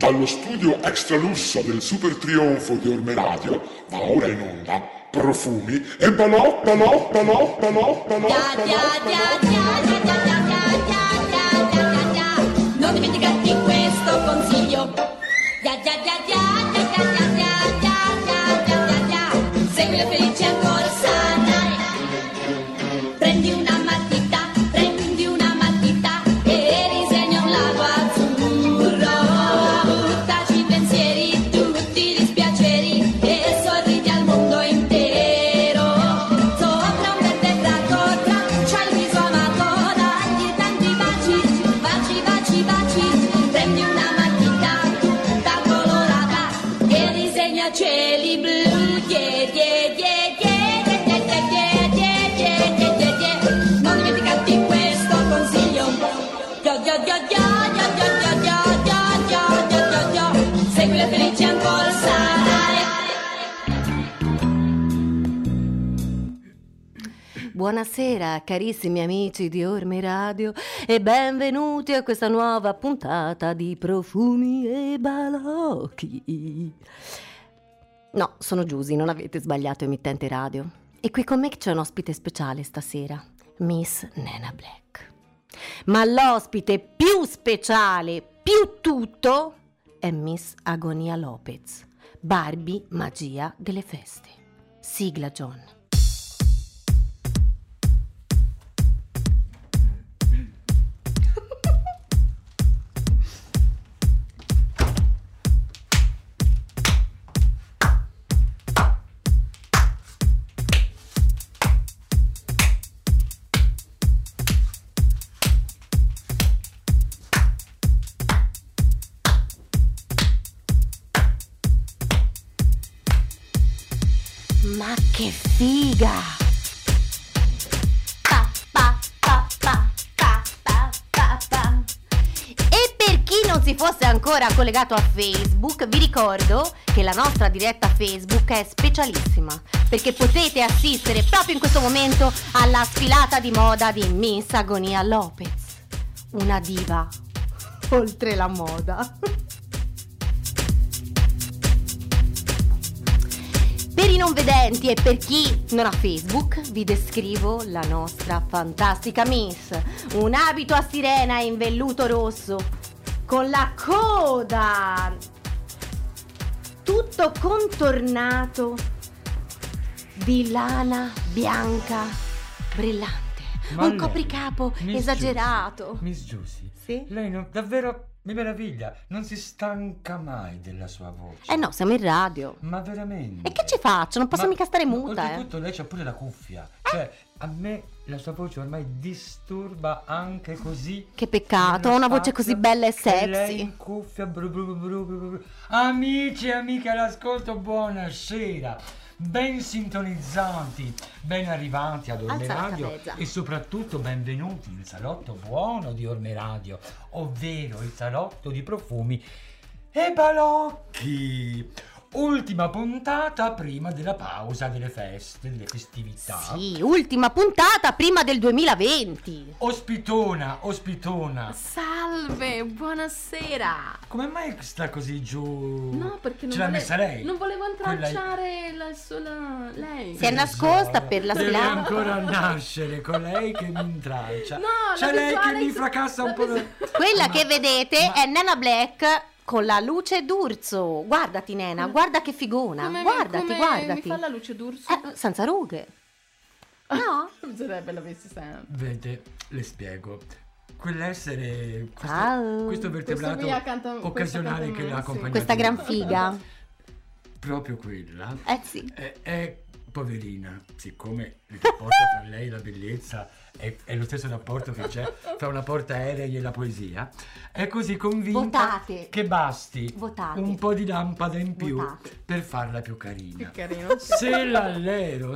Dallo studio extra lusso del super trionfo di Orme Radio va ora in onda Profumi e balò. Non dimenticarti questo consiglio. Segui le felici ancora sarai. Prendi una matita e disegna un lago azzurro. Buttaci i pensieri, tutti i dispiaceri e sorridi al mondo intero. Sopra un verde prato, traccia il viso amato, dagli tanti baci. Prendi una matita tutta colorata e disegna cieli blu. Non dimenticarti questo consiglio. Segui le felici ancora sarai. Buonasera carissimi amici di Orme Radio e benvenuti a questa nuova puntata di Profumi e Balocchi. No, sono Giusy, non avete sbagliato emittente radio. E qui con me c'è un ospite speciale stasera, Miss Nena Black. Ma l'ospite più speciale, più tutto, è Miss Agonia Lopez, Barbie magia delle feste. Sigla, John. Ma che figa! E per chi non si fosse ancora collegato a Facebook, vi ricordo che la nostra diretta Facebook è specialissima, perché potete assistere proprio in questo momento alla sfilata di moda di Miss Agonia Lopez, una diva oltre la moda. Per i non vedenti e per chi non ha Facebook, vi descrivo la nostra fantastica Miss. Un abito a sirena in velluto rosso, con la coda tutto contornato di lana bianca brillante. Ma un lei, copricapo Miss esagerato. Miss Giusy, Sì? lei davvero mi meraviglia, non si stanca mai della sua voce. Eh no, siamo in radio. Ma veramente. E che ci faccio? Non posso mica stare muta, Oltretutto lei c'ha pure la cuffia. Cioè, a me la sua voce ormai disturba anche così. Che peccato, Nel una voce fatto così bella e che lei sexy. in cuffia. Bru. Amici e amiche all'ascolto, buonasera. Ben sintonizzati, ben arrivati ad Orme Alza la Radio cabeza. e soprattutto benvenuti nel salotto buono di Orme Radio, ovvero il salotto di Profumi e Balocchi. Ultima puntata prima della pausa delle feste, delle festività. Sì, ultima puntata prima del 2020. Ospitona. Salve, buonasera. Come mai sta così giù? No, perché non Ce l'ha messa lei? Non volevo Quella- intralciare lei. Si è nascosta per la Deve sfilata. ancora nascere con lei che mi intralcia. No, C'è la lei che visuale- mi fracassa un po'. Quella Ma- che vedete ma- è Nena Black con la luce d'urso. Guardati Nena, guarda che figona. Guardati. Mi fa la luce d'urso? Senza rughe. No? Bisognerebbe l'avessi sempre. Vede, le spiego. Quell'essere, Ciao. questo vertebrato Questo qui accanto- questo occasionale accanto a che me, l'ha sì. accompagnato. Questa gran figa. Proprio quella. Sì. È poverina, siccome il rapporto tra lei e la bellezza è lo stesso rapporto che c'è tra una portaerei e la poesia, è così convinta Votate. che basti Votate. un po' di lampada in più Votate. per farla più carina. Che carino. Se l'allero.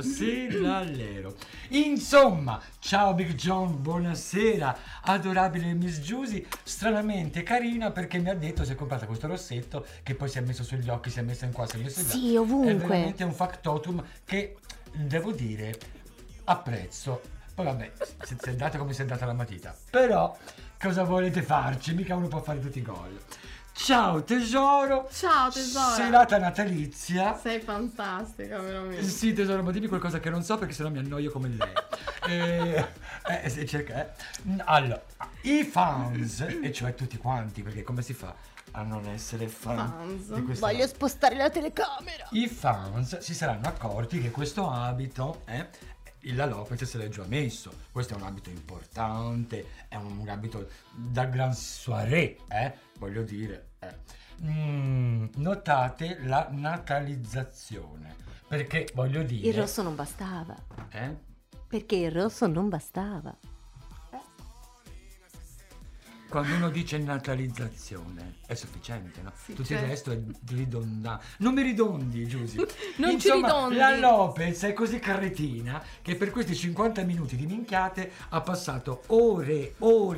Insomma, ciao Big John, buonasera, adorabile Miss Giusy, stranamente carina perché mi ha detto si è comprata questo rossetto che poi si è messo sugli occhi, si è messa in qua, si è messo in là. Sì, ovunque. È veramente un factotum che, devo dire, apprezzo. Poi vabbè, se è andata come si è andata la matita. Però, cosa volete farci? Mica uno può fare tutti i gol. Ciao tesoro. Ciao tesoro. Serata natalizia. Sei fantastica, veramente. Sì tesoro, ma dimmi qualcosa che non so perché sennò mi annoio come lei. Allora, i fans, e cioè tutti quanti, perché come si fa a non essere fan Fans. di questa Voglio spostare la telecamera. I fans si saranno accorti che questo abito, la Lopez se l'è già messo. Questo è un abito importante, è un abito da gran soirée, voglio dire. Notate la natalizzazione, perché voglio dire... Il rosso non bastava. Perché il rosso non bastava. Quando uno dice natalizzazione è sufficiente, no? Sì, Tutto certo. il resto è ridondante. Non mi ridondi, Giusy. Non ci ridondi. La Lopez è così carretina che per questi 50 minuti di minchiate ha passato ore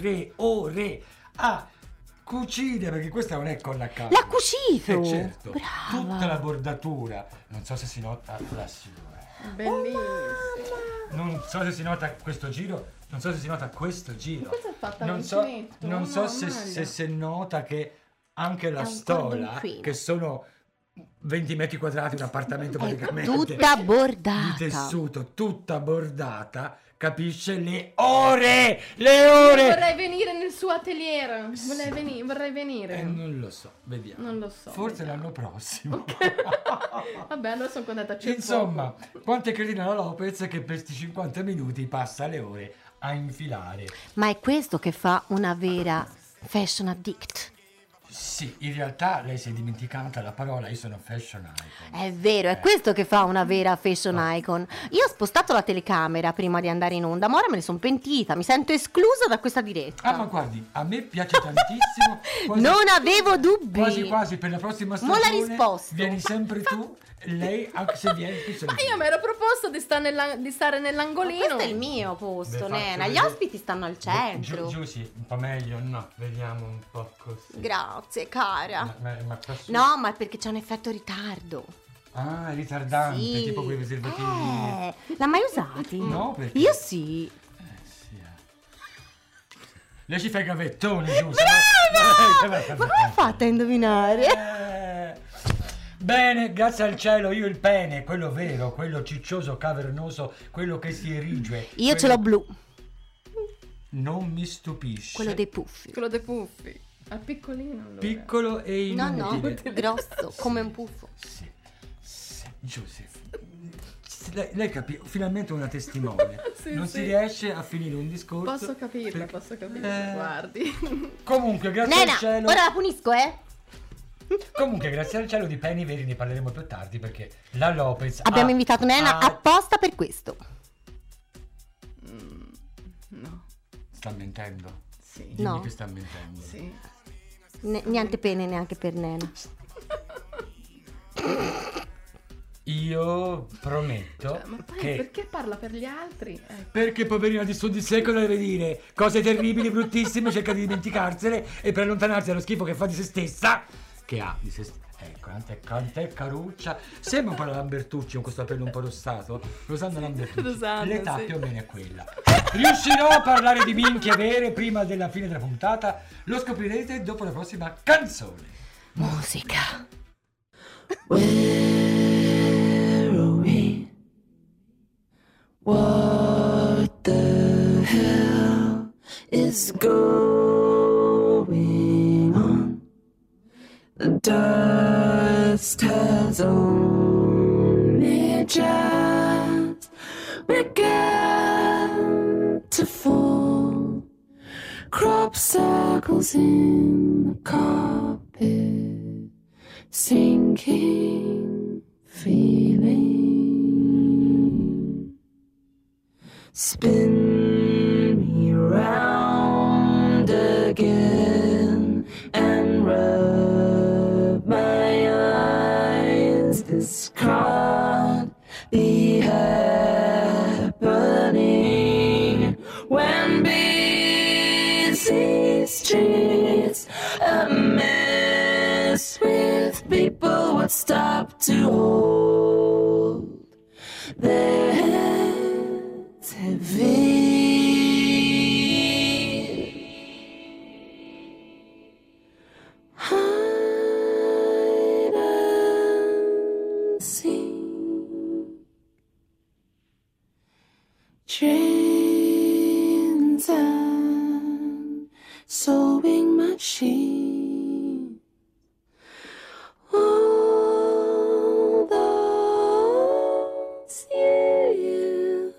a cucire, perché questa non è con la carne. L'ha cucito! Certo, Brava! tutta la bordatura. Non so se si nota la silhouette. Bellissimo. Non so se si nota questo giro. Non so se si nota questo giro. Cosa è fatta Non so, l'uncinetto? non so No, se, maglia. se nota che anche la È un stola, cordoncino. che sono 20 metri quadrati, un appartamento È praticamente tutta di bordata. tessuto, tutta bordata, capisce le ore, le ore. Vorrei venire nel suo atelier. Vorrei venire. Non lo so, vediamo. Non lo so, Forse vediamo. l'anno prossimo. Vabbè, allora sono contenta. C'è Insomma, poco. quanto è cretina la Lopez che per questi 50 minuti passa le ore a infilare. Ma è questo che fa una vera fashion addict. Sì, in realtà lei si è dimenticata la parola, io sono fashion icon. È vero, è questo che fa una vera fashion icon. Io ho spostato la telecamera prima di andare in onda, ma ora me ne sono pentita, mi sento esclusa da questa diretta. Ah, ma guardi, a me piace tantissimo. Quasi, Non avevo dubbi. quasi quasi per la prossima Mo l'ha stagione risposto. vieni sempre tu, lei anche se vieni tu sei Ma io mi ero proposto di stare nell'angolino. Questo è il mio posto, Le faccio Nena. Gli vedere- ospiti stanno al centro. Giù, sì, un po' meglio, no, vediamo un po' così. Grazie, cara. Ma qua su- No, ma perché c'è un effetto ritardo. Ah, è ritardante, Sì. tipo quei preservativi. L'ha mai usati? No, perché? Io sì. Sì, Lei ci fa i gavettoni, giù. Ma come hai fatto a indovinare? Bene, grazie al cielo, io il pene, quello vero, quello ciccioso, cavernoso, quello che si erige. Io ce l'ho blu, Non mi stupisce. quello dei puffi. Quello dei puffi. È piccolino allora. Piccolo e No, no, inutile. grosso, come un puffo. Sì, Giuseppe. Lei capisce, finalmente una testimone. Sì, non sì. si riesce a finire un discorso. Posso capirla, guardi. Comunque, grazie Nena, al cielo. ora la punisco, Comunque, grazie al cielo di Penny Veri ne parleremo più tardi perché la Lopez Abbiamo ha- invitato Nena ha- apposta per questo. No, Sta mentendo. sì. Dimmi No. che sta mentendo. Sì. Niente pene neanche per Nena. Io prometto Ma poi che perché parla per gli altri? Ecco. perché poverina di su di sé cosa deve dire cose terribili, bruttissime, cerca di dimenticarsele e per allontanarsi dallo schifo che fa di se stessa, che ha di se stessa. Ecco, quant'è caruccia. Sembra un po' la Lambertucci con questo pelo un po' rossato. Rosanna Lambertucci. Rosanna, L'età sì. più o meno è quella. Riuscirò a parlare di minchie vere prima della fine della puntata? Lo scoprirete dopo la prossima canzone. Musica. Where are we? What the hell is going on? The dust has only just begun to fall. Crop circles in the carpet, sinking feeling. Spin me round again and rub my eyes. This can't be happening when busy streets a mess with people would stop to hold their heads heavy. Ah. sea. Trains and sewing machine. All those years,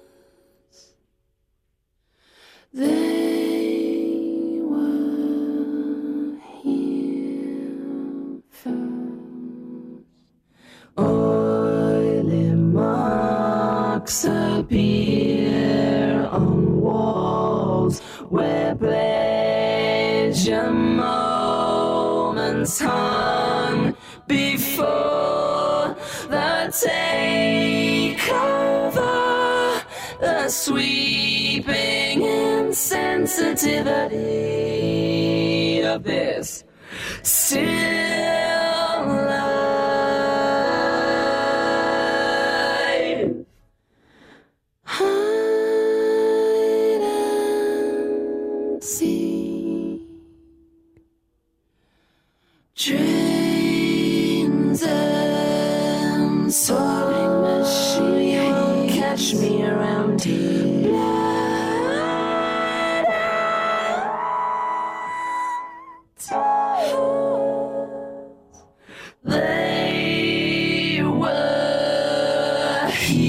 they were here first. Oily marks appear on walls where pleasure moments hung before the takeover, the sweeping insensitivity of this still life. Hide and seek. Trains and soaring machine, catch me around here. They were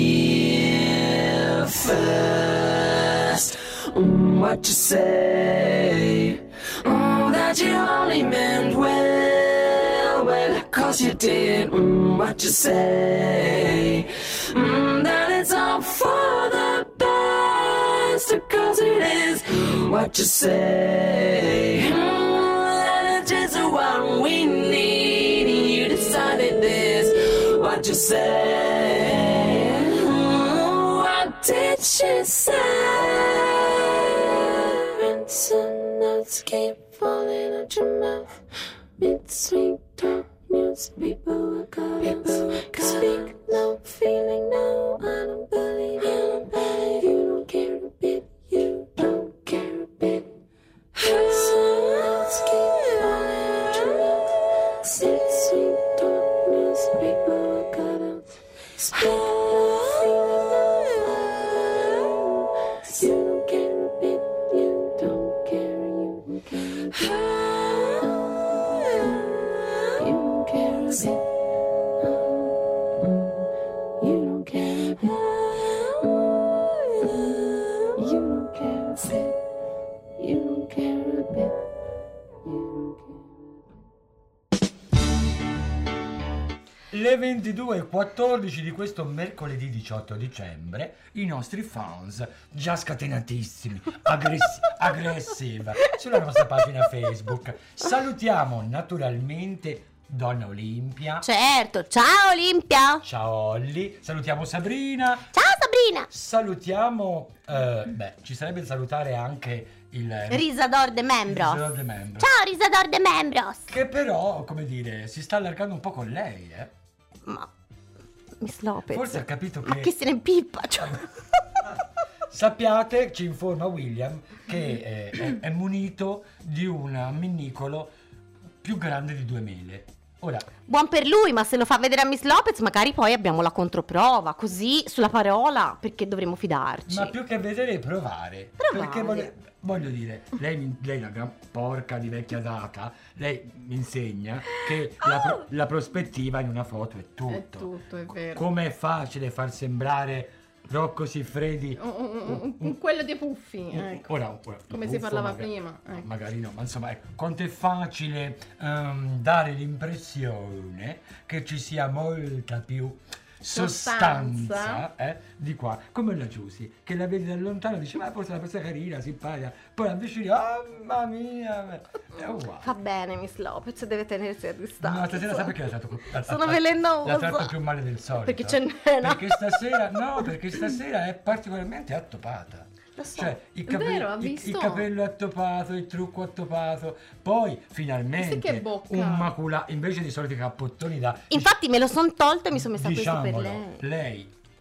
here first. What you say? Oh, that you only meant well, well, 'cause you did. What you say? That it's all for the best, 'cause it is. What you say? That it's just what we need. You decided this. What you say? What did she say? Some notes keep falling out your mouth. Mid-sweet talk, news, people are caught. Speak, no feeling, no, I don't believe you. You don't care a bit, you don't care a bit. Some notes keep falling out your mouth. Mid-sweet talk, news, people are caught. Speak, no feeling, no, I don't believe you. You don't care a bit, you don't care, you don't care a bit. You don't care a bit. You don't care a bit. You don't care a bit. You don't care a bit. You don't care. Le 22:14 di questo mercoledì 18 dicembre, i nostri fans già scatenatissimi, aggressiva, sulla nostra pagina Facebook. Salutiamo naturalmente Donna Olimpia. Certo, ciao Olimpia! Ciao Olli, salutiamo Sabrina. Ciao Sabrina! Salutiamo, ci sarebbe da salutare anche il Risador de Membros. Risador de Membros. Ciao Risador de Membros! Che però, come dire, si sta allargando un po' con lei, Ma Miss Lopez, Forse ha capito ma che... che se ne pippa, cioè. Sappiate, ci informa William, che è munito di un amminicolo più grande di 2 mele. Ora, Buon per lui, ma se lo fa vedere a Miss Lopez magari poi abbiamo la controprova, così sulla parola, perché dovremmo fidarci. ma più che vedere, provare. Provare. Perché voglio dire, lei è una gran porca di vecchia data, lei mi insegna che la prospettiva in una foto è tutto. È tutto, è vero. Come è facile far sembrare Rocco Siffredi Quello dei puffi, ecco. ora, Come si buffo parlava magari- prima, ecco. magari no, ma insomma, ecco, quanto è facile dare l'impressione che ci sia molta più sostanza di qua, come la Giusy, che la vedi da lontano e dice ma forse è una persona carina, simpatica, poi la avvicini, mamma mia, è uguale. Fa bene Miss Lopez, deve tenersi a distanza. No, stasera sai perché Sono velenosa. la tratto più male del solito? Perché ce n'è una. Perché stasera è particolarmente attopata. Lo so. Cioè, il vero, ha il visto? capello attoppato, il trucco attoppato, poi finalmente Sì, che bocca. un maculato, invece di soliti cappottoni da... Infatti me lo son tolto e mi sono messa questo per diciamolo, lei. lei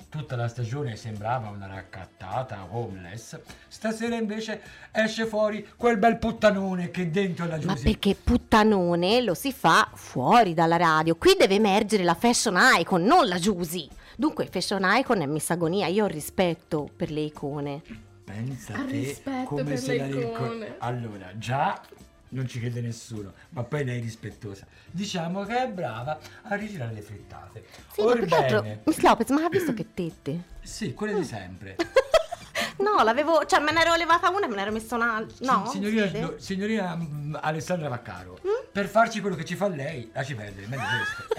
tutta la stagione sembrava una raccattata homeless, stasera invece esce fuori quel bel puttanone che dentro la Ma Giusy. perché puttanone lo si fa fuori dalla radio. Qui deve emergere la fashion icon, non la Giusy. Dunque fashion icon è missagonia. Io ho rispetto per le icone. Pensa Al te rispetto come per se le la icone. Allora, già non ci crede nessuno, ma poi lei è rispettosa. Diciamo che è brava a ritirare le frittate. Sì, ma più che altro, Orbene, Miss Lopez, ma ha visto che tette? sì, quelle di sempre. No, l'avevo, cioè me ne ero levata una e me ne ero messa un'altra. No, signorina, si vede? signorina Alessandra Vaccaro, per farci quello che ci fa lei, lasci perdere, meglio questo.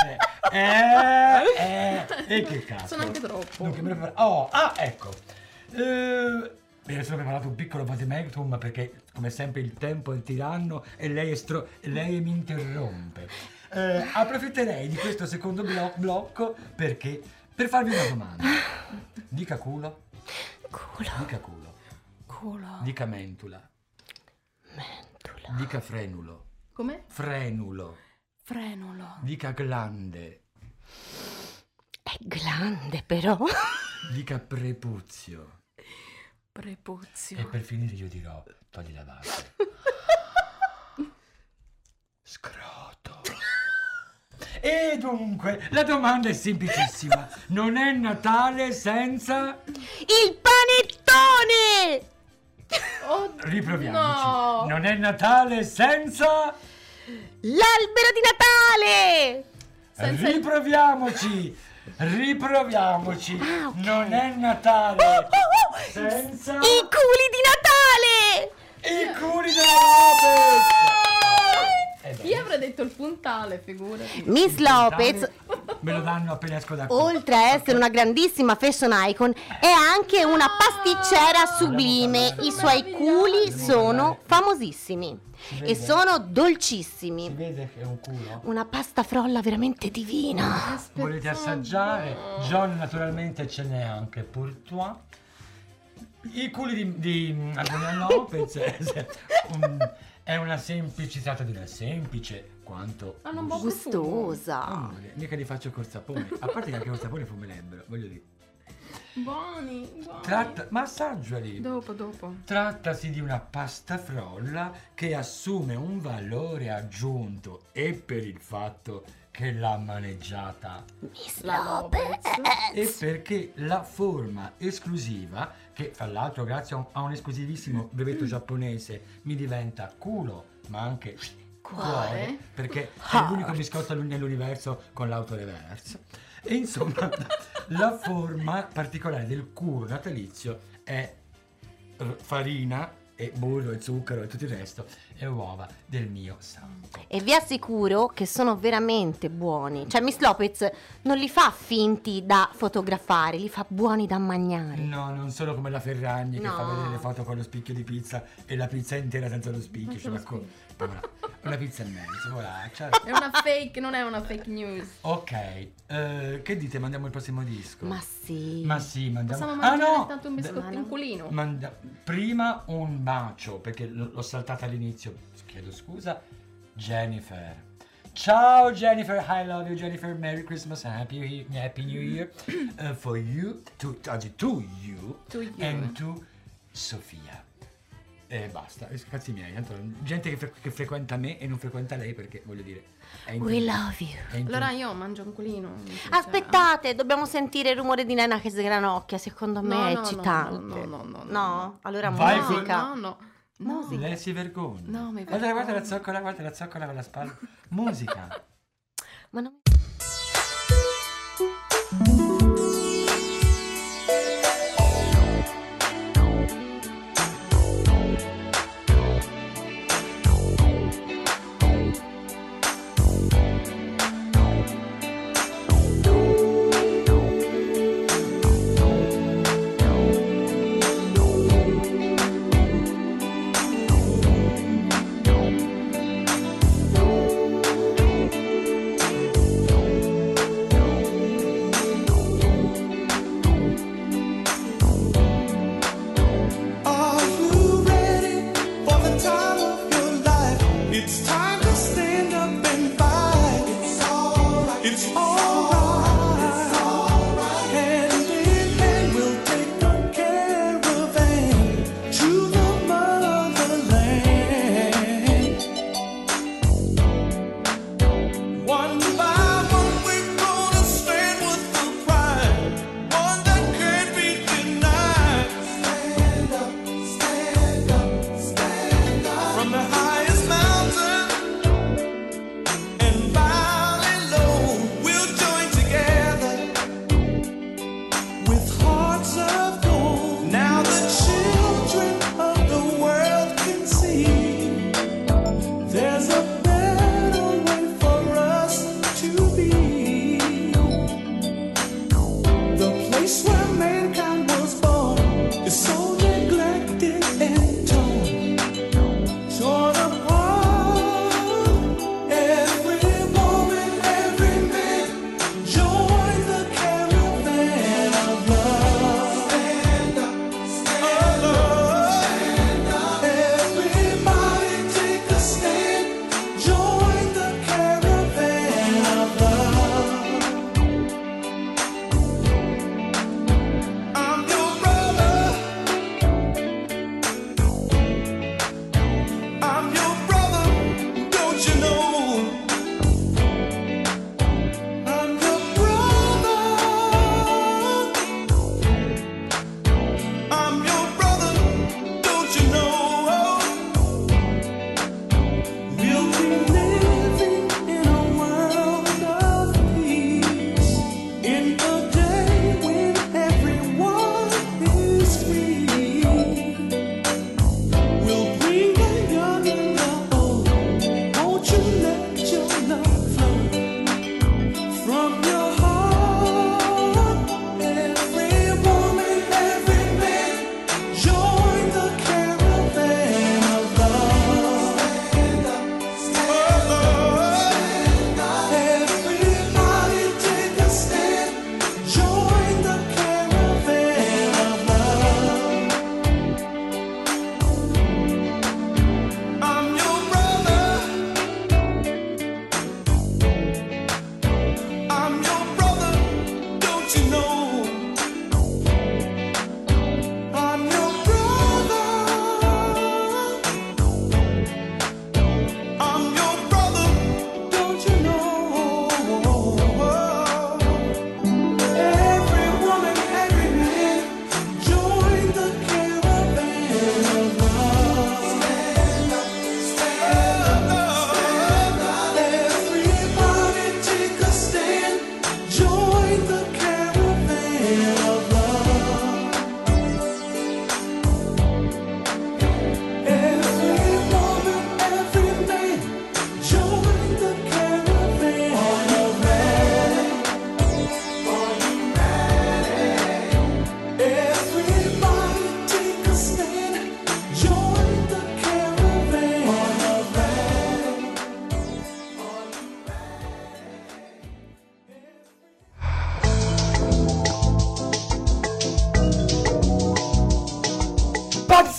E che cazzo. Sono anche troppo. Non che me ne ecco. Mi sono preparato un piccolo vademecum perché come sempre il tempo è il tiranno e lei mi interrompe. Approfitterei di questo secondo blocco perché per farvi una domanda. Dica culo, Culo, dica culo, culo, dica mentula, mentula. dica frenulo, Come? frenulo, Frenulo. dica glande, È grande però. dica prepuzio Prepuzio. e per finire io dirò togli la base. Scroto. E dunque, la domanda è semplicissima. Non è Natale senza... Il panettone! Riproviamoci. No. Non è Natale senza... L'albero di Natale! Senza il- Riproviamoci. Riproviamoci. Ah, ok. Non è Natale senza... I culi di Natale! I culi della Lopez! Io avrei detto il puntale, figurati. Miss Lopez, Me lo danno appena esco da qui. oltre a essere una grandissima fashion icon, è anche una pasticcera sublime. I suoi culi sono famosissimi e sono Si dolcissimi. vede che è un culo? Una pasta frolla veramente divina. Volete assaggiare? John naturalmente ce n'è anche pour toi. I culi di Antonia Lopez è una si tratta di una semplice quanto Hanno un po' profumo. Gustosa. amore, mica li faccio col sapone, a parte che anche col sapone fumerebbero, voglio dire. Buoni, buoni. Ma assaggiali. Dopo. Trattasi di una pasta frolla che assume un valore aggiunto e per il fatto che l'ha maneggiata Miss La Lopez. Lopez. e perché la forma esclusiva, che fra l'altro grazie a un esclusivissimo brevetto giapponese mi diventa culo, ma anche cuore, perché è l'unico biscotto nell'universo con l'autoreverse. E insomma, la forma particolare del culo natalizio è farina e burro e zucchero e tutto il resto e uova del mio santo. E vi assicuro che sono veramente buoni. Cioè Miss Lopez non li fa finti da fotografare, li fa buoni da mangiare. No, non solo come la Ferragni che No. fa vedere le foto con lo spicchio di pizza e la pizza intera senza lo spicchio, cioè una pizza e mezzo, voilà, cioè. È una fake, non è una fake news. Ok, che dite? Mandiamo il prossimo disco? Ma sì. Ma sì, mandiamo. Possiamo mangiare no! tanto un biscotto in culino. Prima un bacio, perché l'ho saltata all'inizio, chiedo scusa. Jennifer. Ciao Jennifer, I love you Jennifer, Merry Christmas, Happy New Year for you, to you, To you. and to Sofia. E basta, cazzi miei, tanto gente che frequenta me e non frequenta lei perché voglio dire è We love you. Allora io mangio un culino. Aspettate, dobbiamo sentire il rumore di Nena che sgranocchia, secondo me No, è no, eccitante. no. Allora Vai, musica. No. Musica. Lei si vergogna. No, mi guarda la zoccola per la spalla. Musica. Ma non...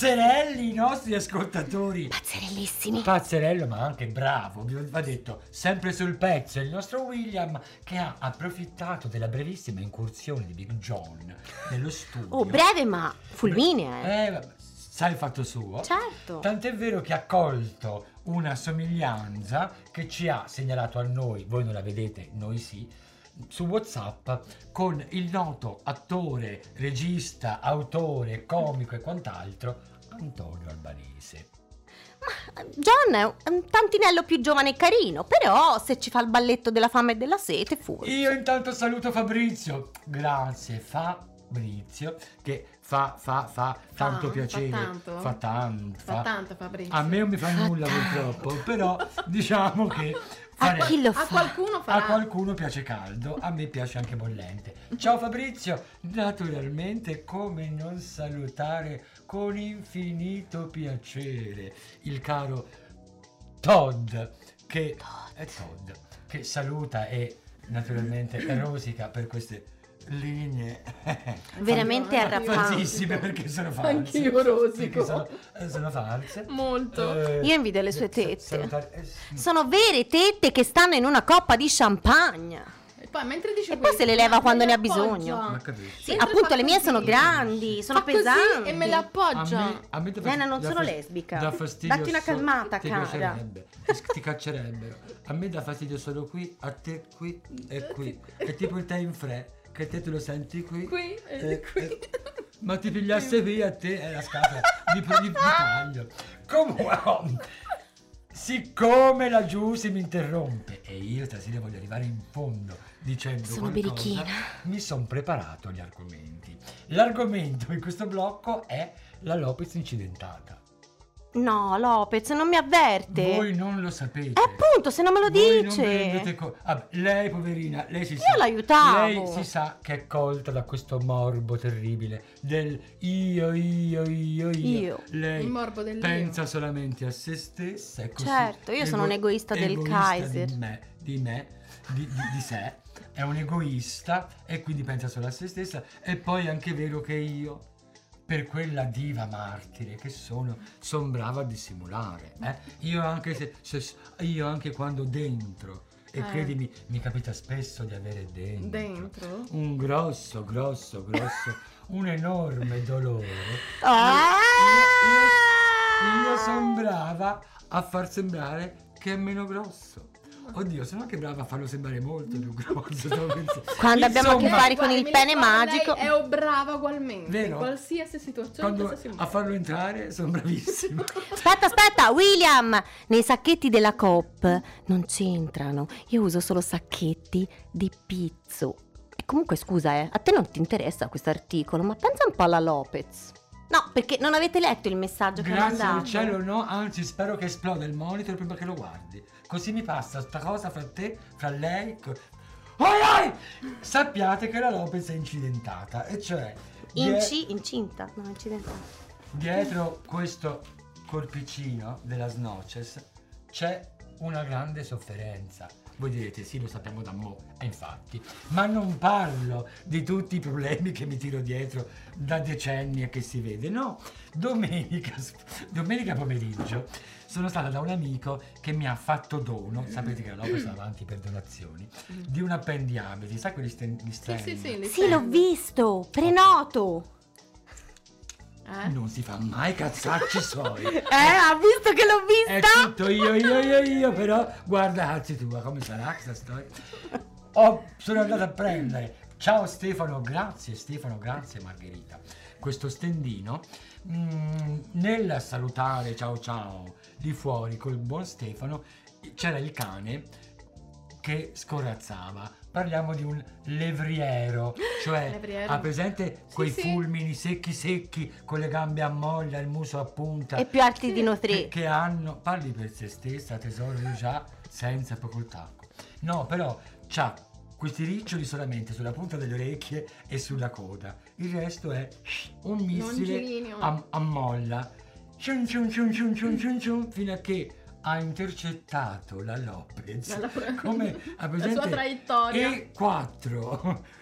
pazzerelli i nostri ascoltatori. Pazzerellissimi. Pazzerello, ma anche bravo, va detto, sempre sul pezzo, il nostro William che ha approfittato della brevissima incursione di Big John nello studio. Oh, breve ma fulminea. Vabbè, sa il fatto suo. Certo. Tant'è vero che ha colto una somiglianza che ci ha segnalato a noi, voi non la vedete, noi sì, su WhatsApp, con il noto attore, regista, autore, comico e quant'altro, Antonio Albanese. John è un tantinello più giovane e carino, però se ci fa il balletto della fame e della sete, forse. Io intanto saluto Fabrizio, grazie Fabrizio, che fa tanto piacere, fa tanto Fabrizio. A me non mi fa nulla purtroppo, però diciamo che A chi lo A fa? qualcuno a farà. qualcuno piace caldo, a me piace anche bollente. Ciao Fabrizio, naturalmente come non salutare con infinito piacere il caro Todd che saluta e naturalmente rosica per queste linee Veramente arrabbiante. falsissime perché sono false. Anch'io rosico. Perché sono false. Molto. Io invidio le sue tette. Sì. Sono vere tette che stanno in una coppa di champagne. E poi mentre dice E poi se le leva quando ne ha bisogno. Ma capisci? Sì, Mentre appunto fa le mie così. sono grandi, sono Fa così pesanti. e me le appoggia. A me dà Nena, non dà sono fas- lesbica. dà fastidio Datti una calmata, ti cara. piacerebbe, ti caccerebbero. A me dà fastidio solo qui, a te qui e qui. È tipo il te in fre, che te lo senti qui. Qui e qui. Ma ti pigliasse via a te è la scatola di taglio. Comunque, siccome la Giusy mi interrompe e io stasera voglio arrivare in fondo dicendo Sono qualcosa, birichina. mi sono preparato gli argomenti. L'argomento in questo blocco è la Lopez incidentata. No, Lopez, non mi avverte. Voi non lo sapete. Appunto, se non me lo Voi non dice. prendete lei, poverina, lei si sa. Io l'aiutavo. Lei si sa che è colta da questo morbo terribile del io. Io. Lei Il morbo del pensa solamente a se stessa. È così Certo, io sono un egoista del Kaiser. Di sé. È un egoista e quindi pensa solo a se stessa. E poi è anche vero che io, per quella diva martire che sono brava a dissimulare. Io anche quando dentro, e credimi, mi capita spesso di avere dentro un grosso, un enorme dolore. Io sono brava a far sembrare che è meno grosso. Oddio, sono anche brava a farlo sembrare molto più grosso. Quando abbiamo a che Insomma, fare con il pene magico. Lei è brava ugualmente. Vero? In qualsiasi situazione. Quando qualsiasi a farlo entrare sono bravissima. Aspetta, William! Nei sacchetti della Coop non c'entrano. Io uso solo sacchetti di pizzo. E comunque scusa, a te non ti interessa questo articolo, ma pensa un po' alla Lopez. No, perché non avete letto il messaggio che ho Grazie mandato. al cielo no, anzi spero che esploda il monitor prima che lo guardi. Così mi passa sta cosa fra te, fra lei. Oi! Sappiate che la Lopez è incidentata, e cioè Incinta? No, incidentata. dietro questo corpicino della Snoches c'è una grande sofferenza. Voi direte sì, lo sappiamo da mo', e infatti, ma non parlo di tutti i problemi che mi tiro dietro da decenni e che si vede, no. Domenica pomeriggio sono stata da un amico che mi ha fatto dono, sapete che la Lopez va avanti per donazioni, di un appendiabiti, sai quelli stand? Sì, l'ho visto, prenoto. Non si fa mai cazzacci suoi. Ha visto che l'ho È vista? tutto io, però guarda cazzi tua come sarà questa storia. Sono andato a prendere, ciao Stefano, grazie Margherita, questo stendino, nel salutare ciao di fuori col buon Stefano c'era il cane che scorazzava. Parliamo di un levriero, cioè Levriero. ha presente quei sì. fulmini secchi con le gambe a moglia, il muso a punta, E più alti di noi tre. che hanno, parli per se stessa tesoro, io già senza col tacco. No, però c'ha questi riccioli solamente sulla punta delle orecchie e sulla coda. Il resto è un missile Longilineo. a molla. Ciun, fino a che ha intercettato la Lopez come ha la sua traiettoria. E4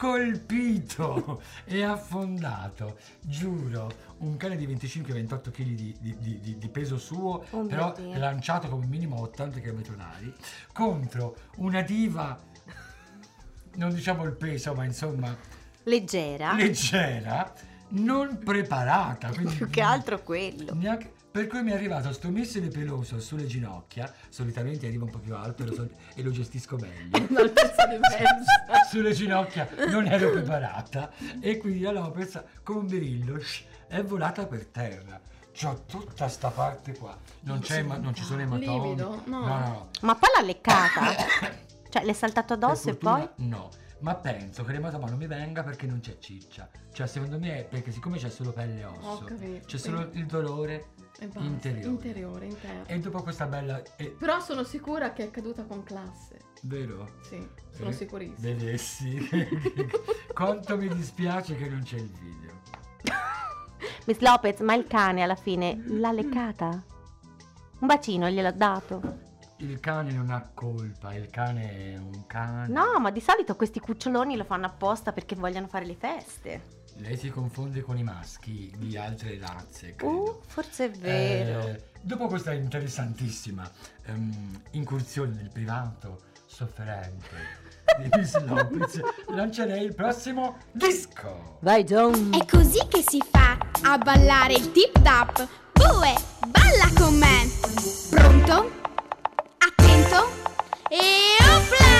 colpito e affondato, giuro, un cane di 25-28 kg di peso suo, Oh mio però Dio. lanciato come minimo a 80 km/h, contro una diva, non diciamo il peso, ma insomma Leggera. leggera, non preparata, quindi Più che altro quello. per cui mi è arrivato sto missile peloso sulle ginocchia, solitamente arriva un po' più alto e lo gestisco meglio. Un'altezza diversa. Sulle ginocchia non ero preparata e quindi la Lopez come un berillo è volata per terra. C'ho tutta sta parte qua, non ci sono ematomi. Livido? No. No. Ma poi l'ha leccata. Cioè, le è saltato addosso Per e poi? fortuna no, ma penso che l'ematoma non mi venga perché non c'è ciccia. Cioè secondo me è perché siccome c'è solo pelle e Ho osso, capito, c'è sì. solo il dolore E basta. interiore. Interno. E dopo questa bella... Però sono sicura che è caduta con classe. vero? Sì, sono sicurissima. Vedessi. Quanto mi dispiace che non c'è il video. Miss Lopez, ma il cane alla fine l'ha leccata? Un bacino gliel'ha dato? Il cane non ha colpa, il cane è un cane. No, ma di solito questi cuccioloni lo fanno apposta perché vogliono fare le feste. Lei si confonde con i maschi di altre razze, credo. Forse è vero. Dopo questa interessantissima incursione nel privato sofferente di Miss Lopez, lancerei il prossimo disco. Vai John. È così che si fa a ballare il tip tap. Bue, balla con me. Pronto? Attento? E opla!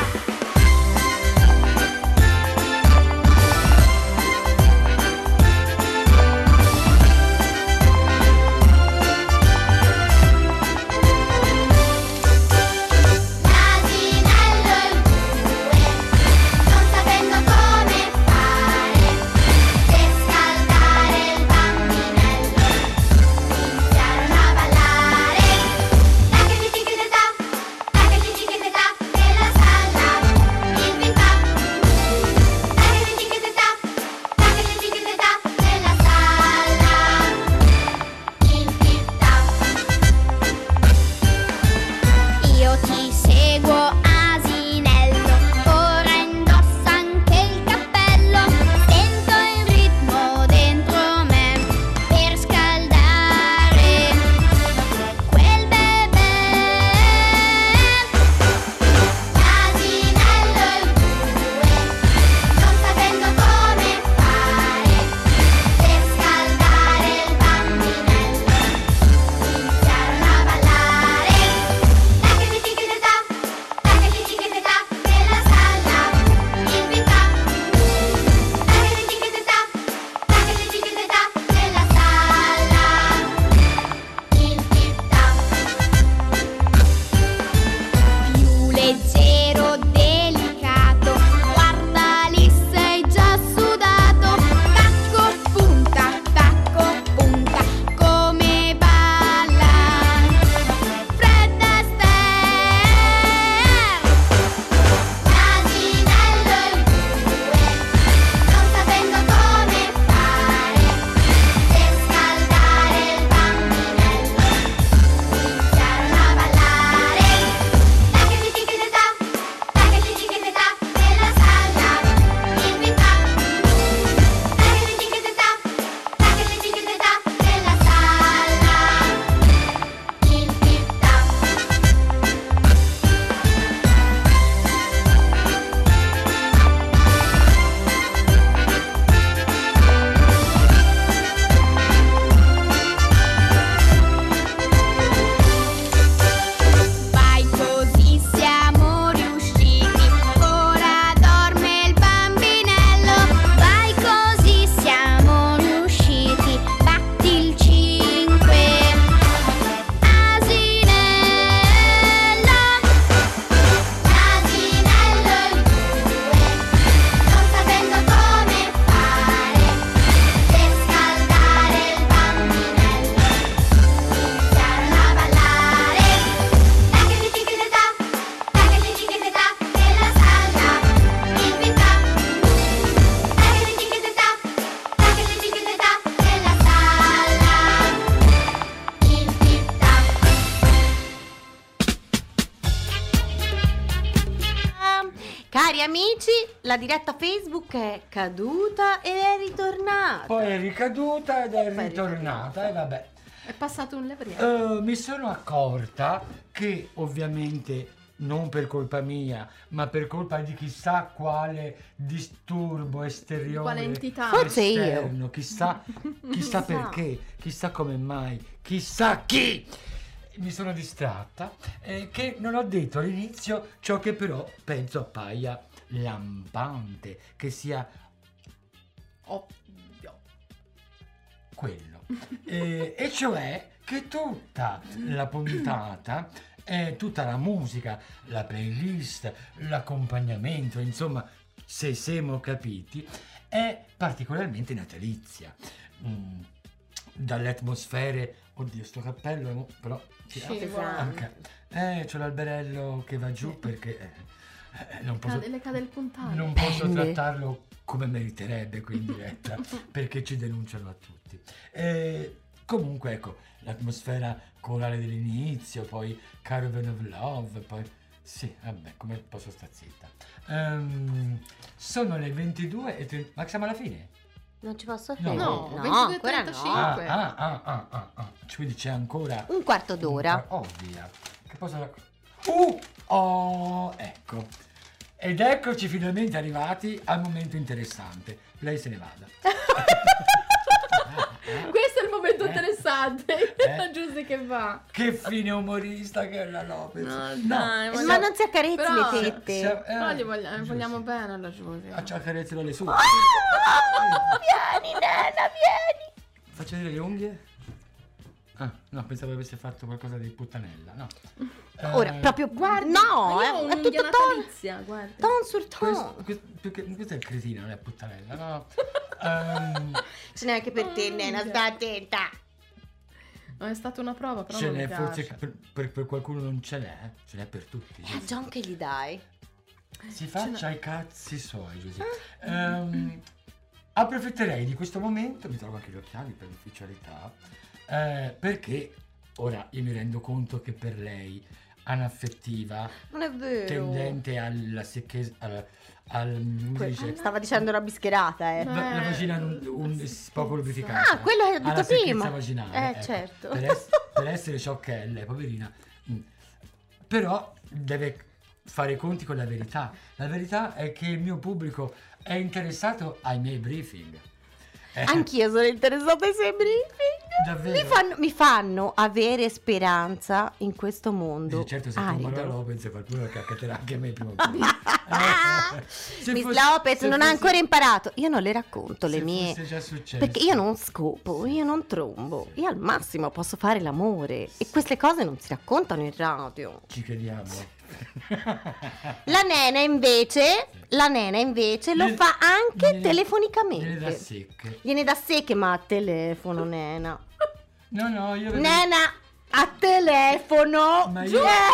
L'asinello e il bue, non sapendo come fare per scaldare il bambinello, iniziarono a ballare. La che ti ta, la che ti ta, la diretta Facebook è caduta e è ritornata. Poi è ricaduta ed è Poi è ritornata, e vabbè. È passato un levriero. Mi sono accorta che ovviamente non per colpa mia, ma per colpa di chissà quale disturbo esteriore, Quale entità. Forse io. esterno, chissà perché, chissà come mai, chissà chi. Mi sono distratta, che non ho detto all'inizio ciò che però penso appaia lampante, che sia Ovvio. quello. E cioè che tutta la puntata, tutta la musica, la playlist, l'accompagnamento, insomma, se siamo capiti, è particolarmente natalizia. Dalle atmosfere, oddio, sto cappello però Scivola. anche, c'ho l'alberello che va giù perché non posso, Le cade il puntale. non posso Pende. trattarlo come meriterebbe qui in diretta perché ci denunciano a tutti. Comunque ecco, l'atmosfera corale dell'inizio, poi Caravan of Love, poi sì, vabbè, come posso sta zitta. Sono le 22:30. Ma siamo alla fine? Non ci posso No. fare? No, ancora 22:35. no. Quindi c'è ancora Un quarto d'ora. Via. Che posso... ecco. Ed eccoci finalmente arrivati al momento interessante. Lei se ne vada. Questo è il momento interessante. La Giusy che va. Che fine umorista che è la Lopez. No, dai, Ma vogliamo- non si accarezzi Però- le tette. Però gli vogliamo bene alla Giusy. Accarezzalo le sue. Vieni, nena, vieni. Faccio vedere le unghie. Ah, no, pensavo avesse fatto qualcosa di puttanella, no. Ora, proprio Guarda, no, io ho è un'unghia tutto ton, natalizia, guarda. ton sur ton. Questo è il cretino, non è puttanella, no. Ce n'è anche per te, nena, sta attenta. No, è stata una prova, però Ce non mi n'è, forse piace. per qualcuno non ce n'è, ce n'è per tutti. È John che gli dai. Si faccia i cazzi suoi, Giusy. Approfitterei di questo momento, mi trovo anche gli occhiali per l'ufficialità, perché ora io mi rendo conto che per lei, anaffettiva, Non è vero. tendente alla secchezza, come si dice? Stava dicendo una bischerata, La vagina poco lubrificata. Ah, quello che ho detto alla secchezza prima. vaginale, ecco. Certo. Per essere sciocchelle, poverina. Però deve fare i conti con la verità. La verità è che il mio pubblico è interessato ai miei briefing. Anch'io sono interessata ai suoi briefing. Davvero? Mi fanno avere speranza in questo mondo. Certo, se arido. tu Manuela Lopez qualcuno cacchetterà anche me prima o poi. Se Miss fosse- Lopez se non ha fosse- ancora imparato. Io non le racconto le se mie. fosse già successo. Perché io non scopo, io non trombo. Io al massimo posso fare l'amore. E queste cose non si raccontano in radio. Ci crediamo. La nena invece lo fa anche Viene telefonicamente. da secche. Viene da sé che ma a telefono, nena. No, io vedo- Nena, a telefono. Ma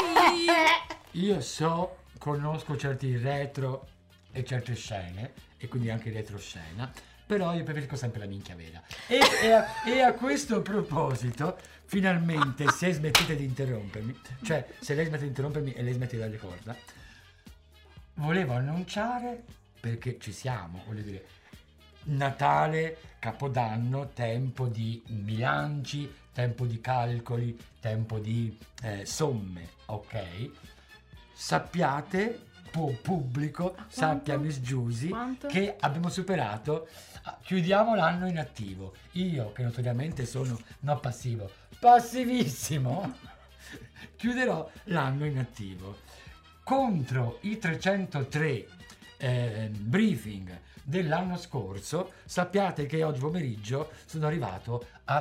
io conosco certi retro e certe scene, e quindi anche retroscena, però io preferisco sempre la minchia vera. E a questo proposito, finalmente, se smettete di interrompermi, cioè se lei smette di interrompermi e lei smette di darle corda, volevo annunciare, perché ci siamo, voglio dire, Natale, Capodanno, tempo di bilanci, tempo di calcoli, tempo di somme, ok? Sappiate, pubblico, sappia Miss Giusy, Quanto? che abbiamo superato, chiudiamo l'anno in attivo. Io, che notoriamente sono, no passivo, passivissimo, chiuderò l'anno in attivo. Contro i 303 briefing dell'anno scorso, sappiate che oggi pomeriggio sono arrivato a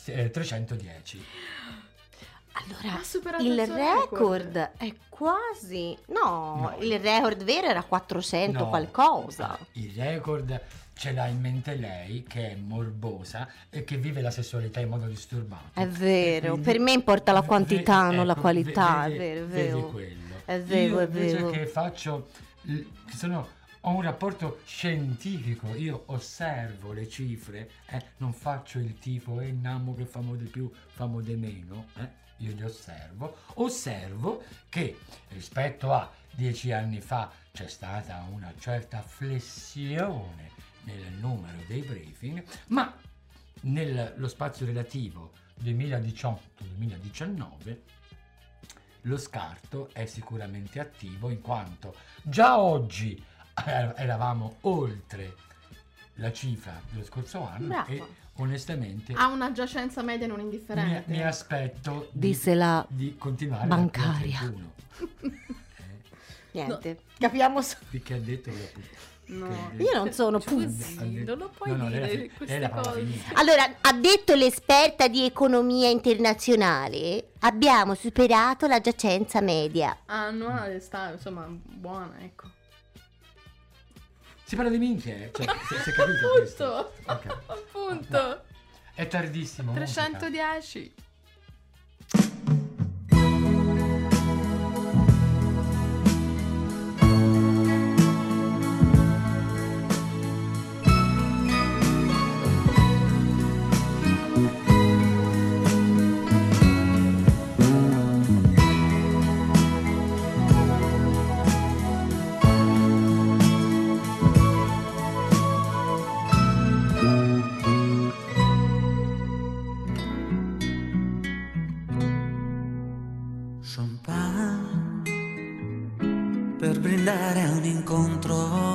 310. Allora, Ha superato il il suo record è quasi... No, il record vero era 400 No, qualcosa. Il record ce l'ha in mente lei, che è morbosa e che vive la sessualità in modo disturbato. È vero, E quindi- per me importa la quantità, non la ecco, qualità, è vede- vero, è vede vero. quello. È vero, Io è invece vero. che faccio, che sono ho un rapporto scientifico, io osservo le cifre, non faccio il tifo e Nammo che famo di più, famo di meno, io li osservo che rispetto a 10 anni fa c'è stata una certa flessione nel numero dei briefing, ma nello spazio relativo 2018-2019 lo scarto è sicuramente attivo, in quanto già oggi eravamo oltre la cifra dello scorso anno. Bravo. E onestamente Ha una giacenza media non indifferente. mi aspetto Disse la di continuare bancaria. al 31. Niente, capiamo Che ha detto la puttana. No. Io non sono Scusi, non lo puoi dire queste cose. Allora, ha detto l'esperta di economia internazionale, abbiamo superato la giacenza media. Annuale sta, insomma, buona, ecco. Si parla di minchie, cioè, si è capito questo? Appunto, Ok. appunto. È tardissimo. musica. 310. Champagne per brindare a un incontro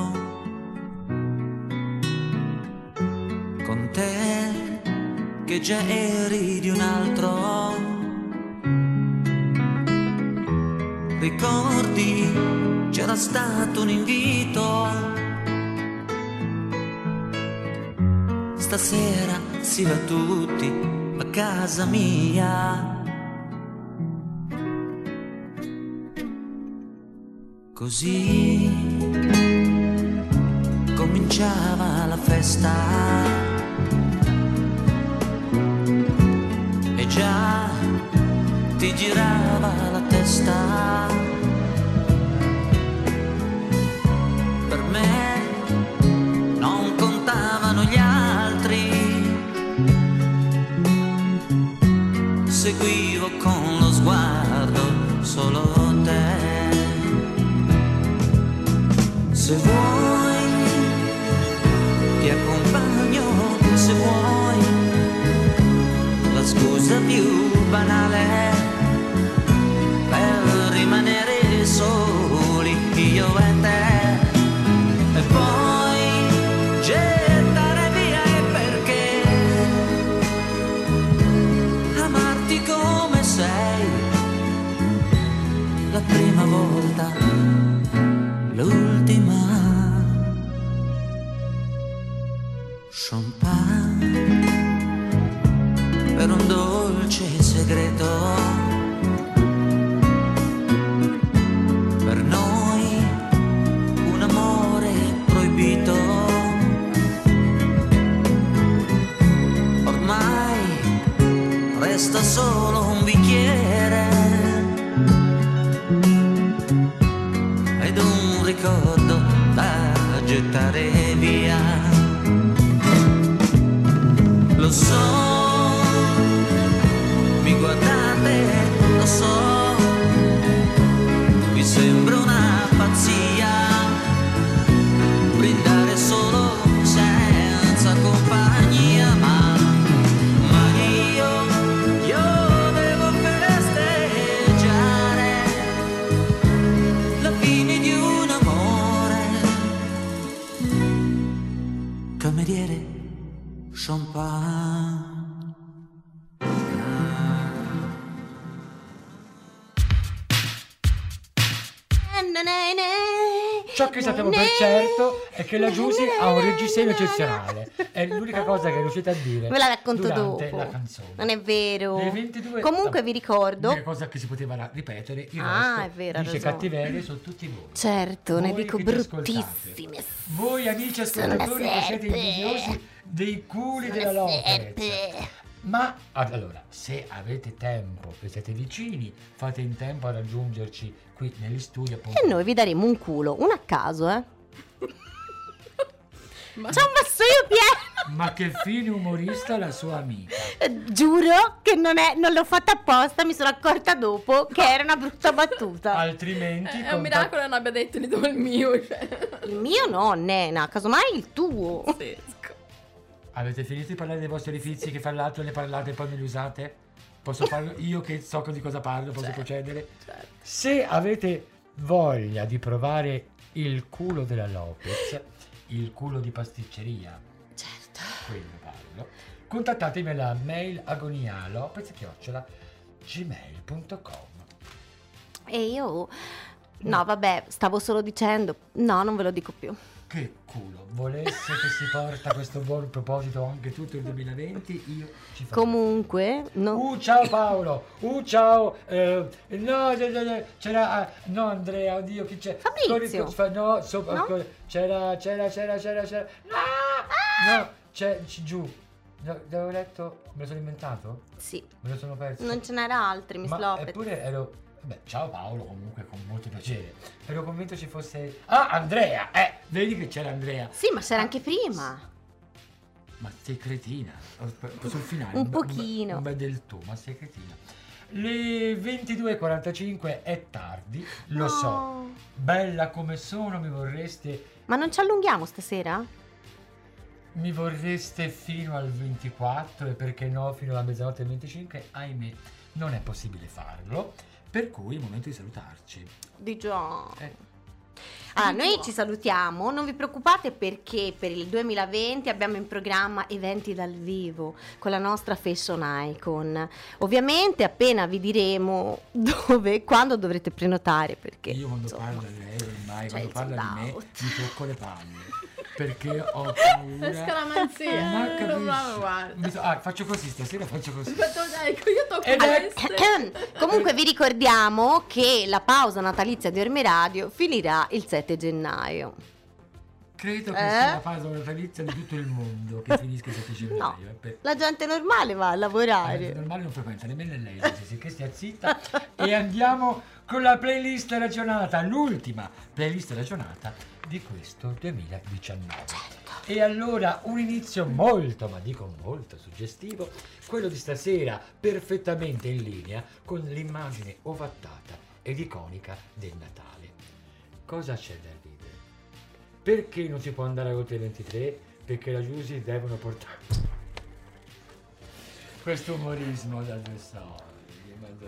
con te che già eri di un altro. Ricordi, c'era stato un invito. Stasera si va tutti a casa mia. Così cominciava la festa e già ti girava la testa. Per me non contavano gli altri, seguivo con lo sguardo solo te. Se vuoi ti accompagno, se vuoi la scusa più banale per rimanere soli io e te, e poi gettare via. E perché amarti come sei la prima volta, l'ultima. Champagne per un dolce segreto, per noi un amore proibito. Ormai resta solo un bicchiere ed un ricordo da gettare via. Lo so, mi guardate, lo so, mi sembra una pazzia brindare solo senza compagnia, ma io devo festeggiare la fine di un amore. Cameriere, champagne. Ciò che sappiamo per certo è che la Giusy ha un reggiseno eccezionale. È l'unica cosa che è riuscita a dire. Ve la racconto durante dopo. la canzone. Non è vero. Le 22 Comunque vi ricordo. L'unica cosa che si poteva ripetere, il Ah, resto è vero, ha dice ragione. cattiverie su tutti voi. Certo, ne Voi dico che ci ascoltate. bruttissime. Voi amici ascoltatori che siete serpe. invidiosi dei culi della Lopez. Ma allora, se avete tempo e siete vicini, fate in tempo a raggiungerci qui negli studi, appunto. E noi vi daremo un culo, un a caso, C'è un vassoio pieno. Ma che fine umorista la sua amica. Giuro che non l'ho fatta apposta, mi sono accorta dopo che era una brutta battuta. Altrimenti È un miracolo che non abbia detto di dove il mio. Cioè. Il mio no, nena, casomai il tuo. Avete finito di parlare dei vostri orifizi che fra l'altro ne parlate e poi me li usate? Posso farlo io che so di cosa parlo, posso procedere? Certo. Se avete voglia di provare il culo della Lopez, il culo di pasticceria, Certo. quello parlo, contattatemi alla mail agonialopez@gmail.com. E io... No, vabbè, stavo solo dicendo... No, non ve lo dico più. Che culo, volesse che si porta questo buon proposito anche tutto il 2020, io ci farò. Comunque... No. Ciao Paolo, ciao, no, c'era, no Andrea, oddio chi c'è? Fabrizio. No, No? c'era, no, c'è giù, no, l'avevo letto, me lo sono inventato? Sì. Me lo sono perso? Non ce n'era altri, Miss Ma Lopez. eppure ero... Beh, ciao Paolo, comunque con molto piacere. Ero convinto ci fosse... Ah, Andrea! Vedi che c'era Andrea. Sì, ma c'era anche prima. Ma sei cretina. Sul finale. Un pochino. Un bel del tu, ma sei cretina. Le 22:45 è tardi, lo so. Bella come sono, mi vorreste... Ma non ci allunghiamo stasera? Mi vorreste fino al 24 e perché no fino alla mezzanotte e 25? Ahimè, non è possibile farlo. Per cui è il momento di salutarci. Di già. Allora, noi ci salutiamo, non vi preoccupate perché per il 2020 abbiamo in programma eventi dal vivo con la nostra fashion icon. Ovviamente appena vi diremo dove, quando dovrete prenotare perché... Io quando parlo di lei ormai, cioè, quando parla di me, out. mi tocco le palle. Perché ho paura. Scaramanzia. Ma Non capisci? guarda. Faccio così, stasera faccio così. Ecco, io tocco Ed è- queste. Comunque vi ricordiamo che la pausa natalizia di Orme Radio finirà il 7 gennaio. Credo che sia la fase natalizia di tutto il mondo che finisca il 7 No, gennaio. la gente normale va a lavorare. Normale non frequenta nemmeno lei, che stia zitta. E andiamo con la playlist ragionata, l'ultima playlist ragionata di questo 2019. E allora un inizio molto, ma dico molto suggestivo, quello di stasera perfettamente in linea con l'immagine ovattata ed iconica del Natale. Cosa c'è da ridere? Perché non si può andare oltre il 23? Perché la Giusy devono portare questo umorismo da 2 soldi.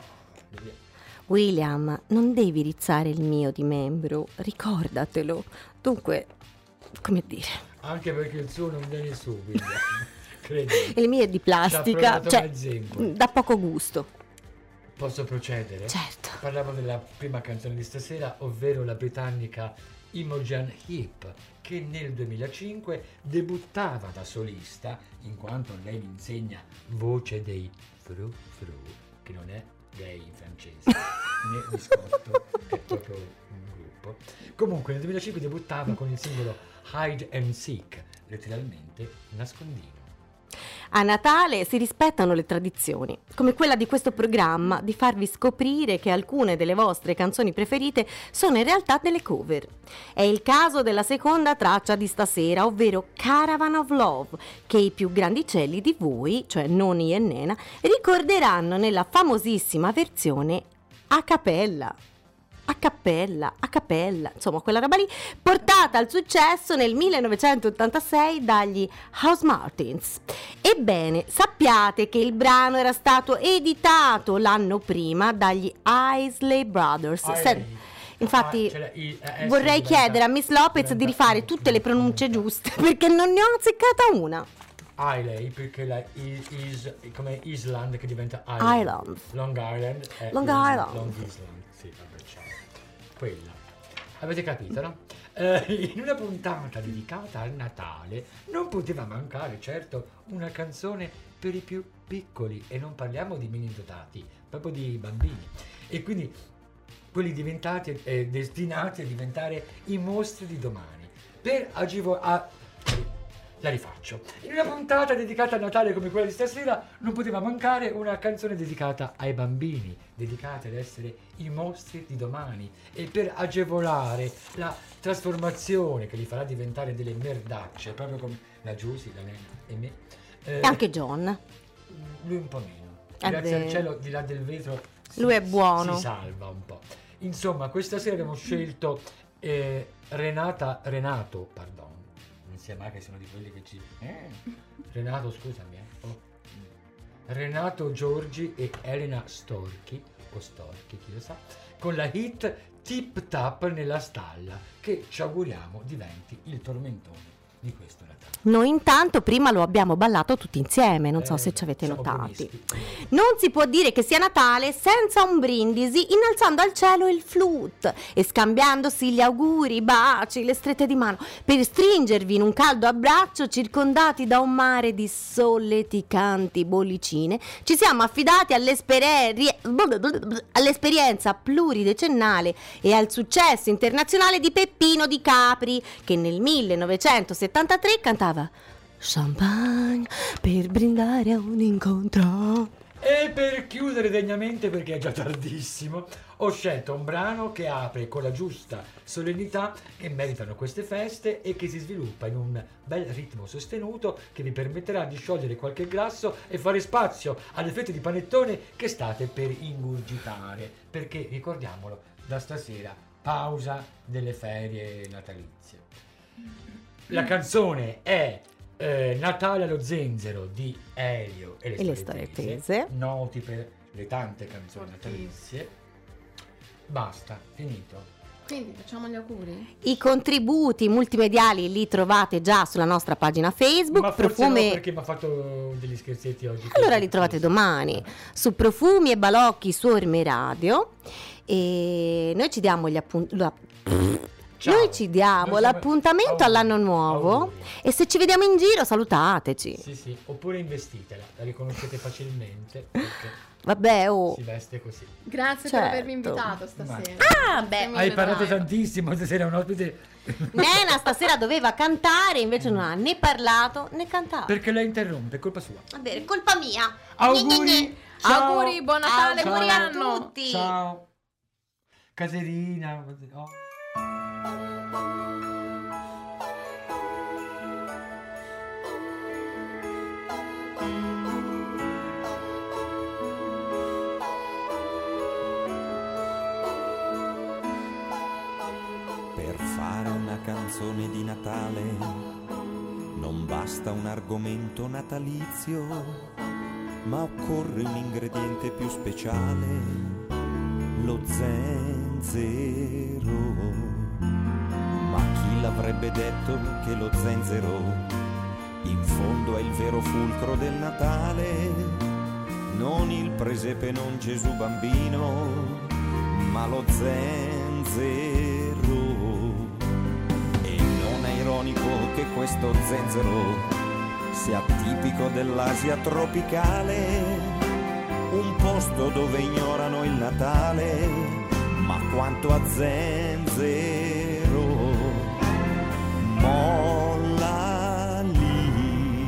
William, non devi rizzare il mio di membro, ricordatelo. Dunque, come dire, Anche perché il suo non viene su, quindi credi. il mio è di plastica, Ci ha cioè, provato un esempio. da poco gusto. Posso procedere? Certo. Parliamo della prima canzone di stasera, ovvero la britannica Imogen Heap, che nel 2005 debuttava da solista, in quanto lei mi insegna voce dei Fru Fru, che non è gay in francese, né biscotto, è proprio un gruppo. Comunque nel 2005 debuttava con il singolo Hide and Seek, letteralmente nascondino. A Natale si rispettano le tradizioni, come quella di questo programma di farvi scoprire che alcune delle vostre canzoni preferite sono in realtà delle cover. È il caso della seconda traccia di stasera, ovvero Caravan of Love, che i più grandicelli di voi, cioè Noni e Nena, ricorderanno nella famosissima versione a cappella. A cappella, insomma quella roba lì, portata al successo nel 1986 dagli House Martins. Ebbene, sappiate che il brano era stato editato l'anno prima dagli Isley Brothers. Infatti vorrei chiedere a Miss Lopez di rifare tutte le pronunce giuste perché non ne ho azzeccata una. Isley, perché la come Island che diventa Island. Long Island è Long Island. Long Island, sì, vabbè, ciao. Quella. Avete capito, no? In una puntata dedicata al Natale non poteva mancare, certo, una canzone per i più piccoli, e non parliamo di mini dotati, proprio di bambini. E quindi quelli diventati destinati a diventare i mostri di domani. Per la rifaccio. In una puntata dedicata a Natale come quella di stasera non poteva mancare una canzone dedicata ai bambini, dedicata ad essere i mostri di domani e per agevolare la trasformazione che li farà diventare delle merdacce, proprio come la Giusy, la Nena e me. E anche John. Lui un po' meno. Grazie al cielo, di là del vetro lui è buono. Si salva un po'. Insomma, questa sera abbiamo scelto Renato, non sia mai che sono di quelli che ci... Renato, scusami. Renato Giorgi e Elena Storchi, o Storchi, chi lo sa, con la hit Tip Tap nella stalla, che ci auguriamo diventi il tormentone di questo Natale. Noi intanto prima lo abbiamo ballato tutti insieme, non so se ci avete notati. Non si può dire che sia Natale senza un brindisi, innalzando al cielo il flute e scambiandosi gli auguri, i baci, le strette di mano, per stringervi in un caldo abbraccio circondati da un mare di solleticanti bollicine. Ci siamo affidati all'esperienza pluridecennale e al successo internazionale di Peppino Di Capri, che nel 1973 cantava Champagne per brindare a un incontro. E per chiudere degnamente, perché è già tardissimo, ho scelto un brano che apre con la giusta solennità che meritano queste feste e che si sviluppa in un bel ritmo sostenuto che vi permetterà di sciogliere qualche grasso e fare spazio alle fette di panettone che state per ingurgitare, perché ricordiamolo, da stasera pausa delle ferie natalizie. La canzone è Natale allo zenzero di Elio e le storie tese, noti per le tante canzoni natalizie. Basta, finito. Quindi facciamo gli auguri? I contributi multimediali li trovate già sulla nostra pagina Facebook. Ma forse no, perché mi ha fatto degli scherzetti oggi. Allora li trovate domani su Profumi e Balocchi su Orme Radio. E noi ci diamo l'appuntamento all'anno nuovo e se ci vediamo in giro salutateci. Sì, oppure investitela, la riconoscete facilmente. Vabbè, si veste così. Grazie per avermi invitato stasera. Hai parlato tantissimo, stasera un ospite. Nena stasera doveva cantare, invece non ha né parlato né cantato. Perché la interrompe, è colpa sua. Vabbè, è colpa mia. Auguri. Auguri, buon Natale, buon anno a tutti. Ciao. Caserina. Per fare una canzone di Natale non basta un argomento natalizio, ma occorre un ingrediente più speciale, lo zenzero. Ma chi l'avrebbe detto che lo zenzero in fondo è il vero fulcro del Natale? Non il presepe, non Gesù bambino, ma lo zenzero. E non è ironico che questo zenzero sia tipico dell'Asia tropicale, un posto dove ignorano il Natale, ma quanto a zenzero molla lì.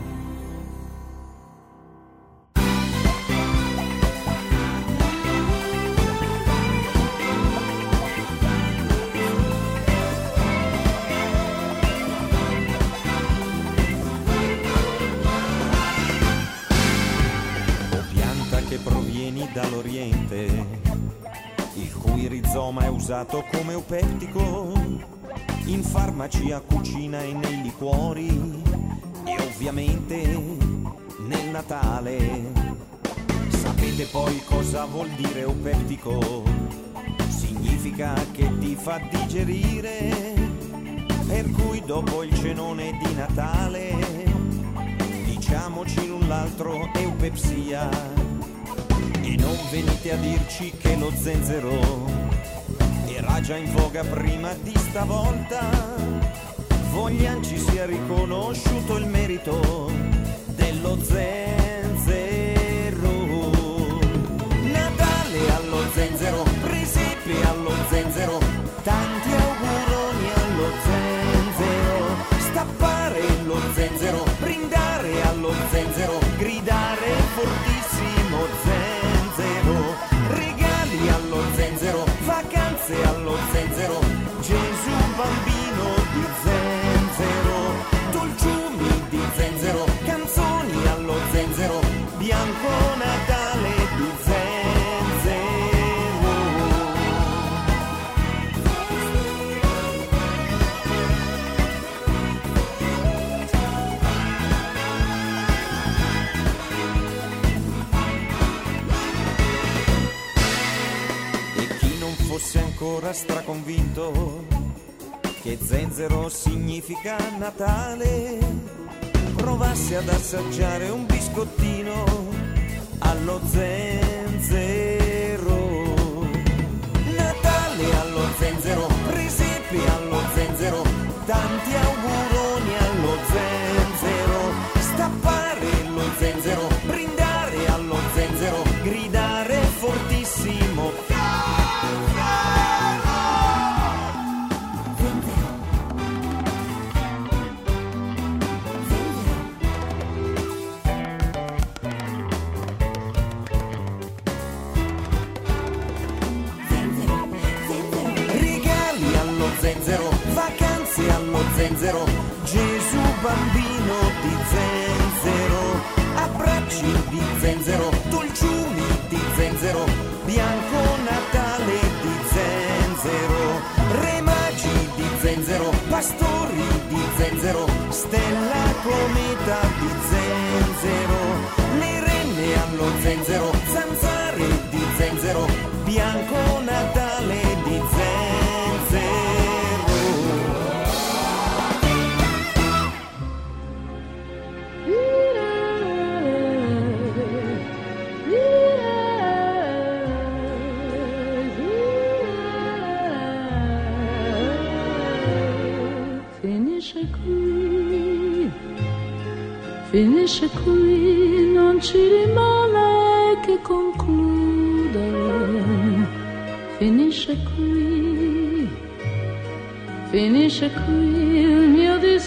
O pianta che provieni dall'Oriente, il cui rizoma è usato come eupettico in farmacia, cucina e nei liquori, e ovviamente nel Natale. Sapete poi cosa vuol dire eupetico? Significa che ti fa digerire, per cui dopo il cenone di Natale diciamoci l'un l'altro eupepsia. E non venite a dirci che lo zenzero era già in voga prima di stavolta. Vogliam ci sia riconosciuto il merito dello zenzero. Natale allo zenzero, presepe allo zenzero, tanti auguroni allo zenzero, stappare lo zenzero ancora straconvinto che zenzero significa Natale, provassi ad assaggiare un biscottino allo zenzero. Natale allo zenzero, presepe allo zenzero, tanti auguroni allo zenzero, stappare lo zenzero, brindare allo zenzero, gridare fortissimo. Vacanze allo zenzero, Gesù bambino di zenzero, abbracci di zenzero, dolciumi di zenzero, bianco Natale di zenzero, re magi di zenzero, pastori di zenzero, stella cometa di zenzero, le renne allo zenzero, zanzare di zenzero, bianco Natale di zenzero. Finisce qui, non ci rimane che concludere. Finisce qui il mio discorso.